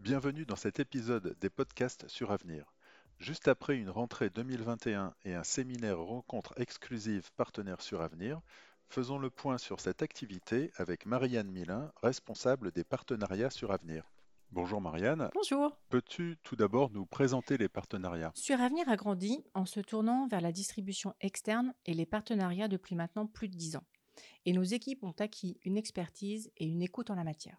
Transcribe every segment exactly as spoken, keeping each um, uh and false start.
Bienvenue dans cet épisode des podcasts sur Avenir. Juste après une rentrée deux mille vingt et un et un séminaire rencontre exclusive partenaires sur Avenir, faisons le point sur cette activité avec Marianne Milin, responsable des partenariats sur Avenir. Bonjour Marianne, Bonjour. peux-tu tout d'abord nous présenter les partenariats? Suravenir a grandi en se tournant vers la distribution externe et les partenariats depuis maintenant plus de dix ans. Et nos équipes ont acquis une expertise et une écoute en la matière.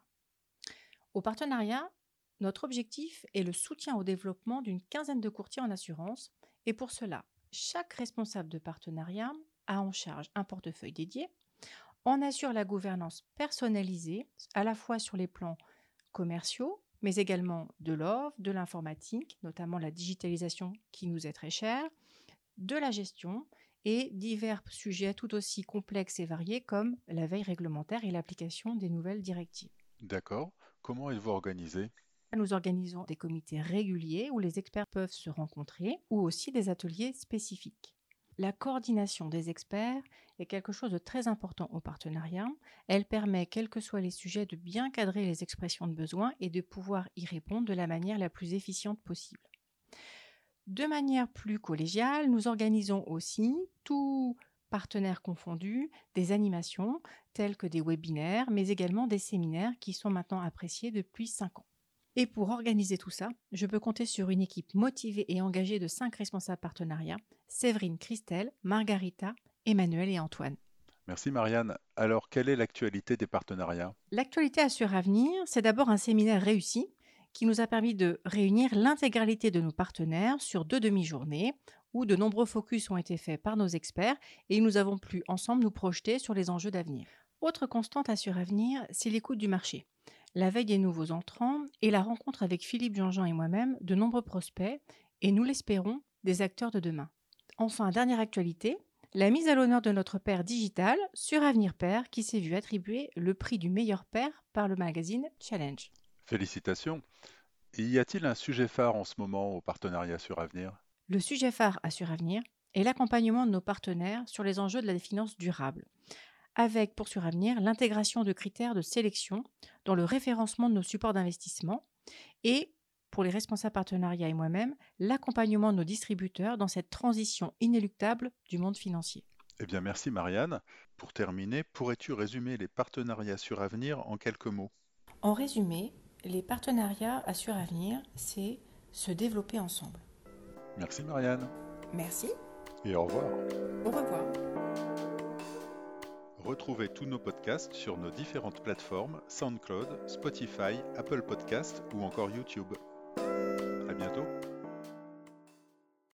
Au partenariat, notre objectif est le soutien au développement d'une quinzaine de courtiers en assurance. Et pour cela, chaque responsable de partenariat a en charge un portefeuille dédié, en assure la gouvernance personnalisée, à la fois sur les plans commerciaux, mais également de l'offre, de l'informatique, notamment la digitalisation qui nous est très chère, de la gestion et divers sujets tout aussi complexes et variés comme la veille réglementaire et l'application des nouvelles directives. D'accord. Comment êtes-vous organisé? Nous organisons des comités réguliers où les experts peuvent se rencontrer ou aussi des ateliers spécifiques. La coordination des experts est quelque chose de très important au partenariat. Elle permet, quels que soient les sujets, de bien cadrer les expressions de besoin et de pouvoir y répondre de la manière la plus efficiente possible. De manière plus collégiale, nous organisons aussi, tous partenaires confondus, des animations telles que des webinaires, mais également des séminaires qui sont maintenant appréciés depuis cinq ans. Et pour organiser tout ça, je peux compter sur une équipe motivée et engagée de cinq responsables partenariats, Séverine, Christelle, Margarita, Emmanuel et Antoine. Merci Marianne. Alors, quelle est l'actualité des partenariats? L'actualité à Suravenir, c'est d'abord un séminaire réussi qui nous a permis de réunir l'intégralité de nos partenaires sur deux demi-journées où de nombreux focus ont été faits par nos experts et nous avons pu ensemble nous projeter sur les enjeux d'avenir. Autre constante à Suravenir, c'est l'écoute du marché. La veille des nouveaux entrants et la rencontre avec Philippe Jean-Jean et moi-même de nombreux prospects et, nous l'espérons, des acteurs de demain. Enfin, dernière actualité, la mise à l'honneur de notre père digital, Suravenir Père, qui s'est vu attribuer le prix du meilleur père par le magazine Challenge. Félicitations. Et y a-t-il un sujet phare en ce moment au partenariat sur Avenir? Le sujet phare à Suravenir est l'accompagnement de nos partenaires sur les enjeux de la finance durable, avec pour Suravenir l'intégration de critères de sélection dans le référencement de nos supports d'investissement et, pour les responsables partenariats et moi-même, l'accompagnement de nos distributeurs dans cette transition inéluctable du monde financier. Eh bien, merci Marianne. Pour terminer, pourrais-tu résumer les partenariats sur Avenir en quelques mots? En résumé, les partenariats à Suravenir, c'est se développer ensemble. Merci Marianne. Merci, Et au revoir. au revoir. Retrouvez tous nos podcasts sur nos différentes plateformes SoundCloud, Spotify, Apple Podcasts ou encore YouTube.